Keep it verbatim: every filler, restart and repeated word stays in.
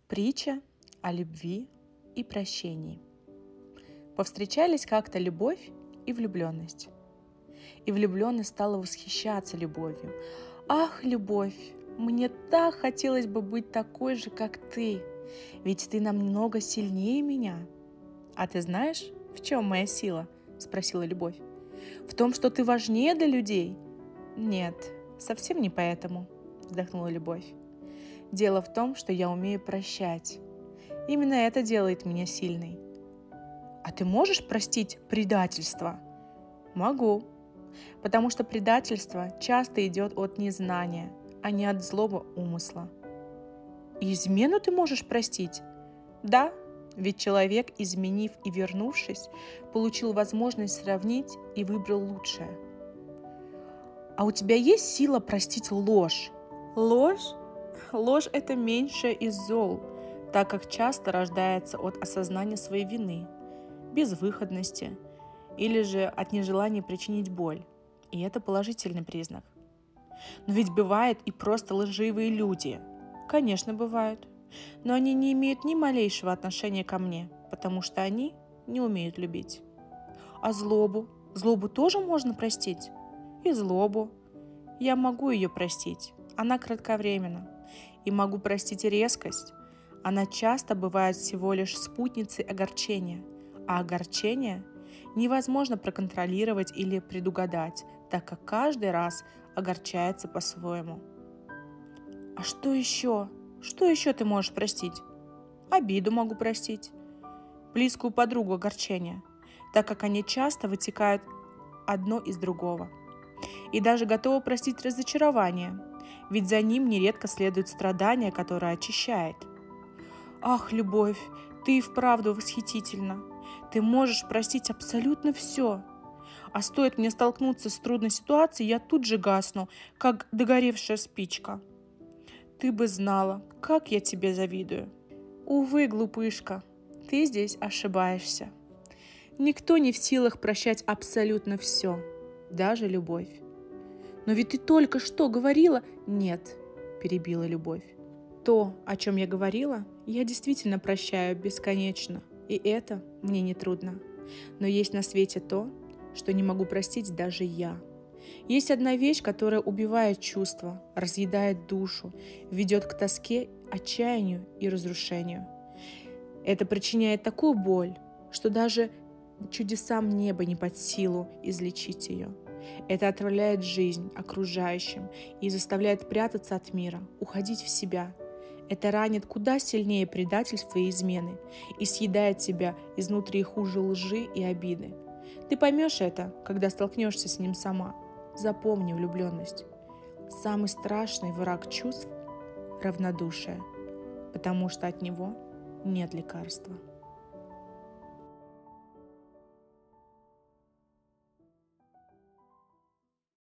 Притча о любви и прощении. Повстречались как-то любовь и влюбленность. И влюбленность стала восхищаться любовью. «Ах, любовь, мне так хотелось бы быть такой же, как ты, ведь ты намного сильнее меня». «А ты знаешь, в чем моя сила?» – спросила любовь. «В том, что ты важнее для людей?» «Нет, совсем не поэтому», – вздохнула любовь. «Дело в том, что я умею прощать. Именно это делает меня сильной». «А ты можешь простить предательство?» «Могу, потому что предательство часто идет от незнания, а не от злого умысла». «И измену ты можешь простить?» «Да, ведь человек, изменив и вернувшись, получил возможность сравнить и выбрал лучшее». «А у тебя есть сила простить ложь?» «Ложь? Ложь – это меньшее из зол, так как часто рождается от осознания своей вины, безвыходности или же от нежелания причинить боль. И это положительный признак. Но ведь бывают и просто лживые люди. Конечно, бывают. Но они не имеют ни малейшего отношения ко мне, потому что они не умеют любить. А злобу? Злобу тоже можно простить? И злобу. Я могу ее простить. Она кратковременна. И могу простить резкость. Она часто бывает всего лишь спутницей огорчения. А огорчение невозможно проконтролировать или предугадать, так как каждый раз огорчается по-своему. А что еще? Что еще ты можешь простить? Обиду могу простить. Близкую подругу огорчения, так как они часто вытекают одно из другого. И даже готова простить разочарование, ведь за ним нередко следует страдание, которое очищает. Ах, любовь, ты и вправду восхитительна. Ты можешь простить абсолютно все. А стоит мне столкнуться с трудной ситуацией, я тут же гасну, как догоревшая спичка. Ты бы знала, как я тебе завидую. Увы, глупышка, ты здесь ошибаешься. Никто не в силах прощать абсолютно все, даже любовь. Но ведь ты только что говорила... Нет, перебила любовь. То, о чем я говорила, я действительно прощаю бесконечно, и это мне не трудно. Но есть на свете то, что не могу простить даже я. Есть одна вещь, которая убивает чувства, разъедает душу, ведет к тоске, отчаянию и разрушению. Это причиняет такую боль, что даже чудесам неба не под силу излечить ее. Это отравляет жизнь окружающим и заставляет прятаться от мира, уходить в себя. Это ранит куда сильнее предательства и измены и съедает тебя изнутри хуже лжи и обиды. Ты поймешь это, когда столкнешься с ним сама. Запомни влюбленность. Самый страшный враг чувств – равнодушие, потому что от него нет лекарства.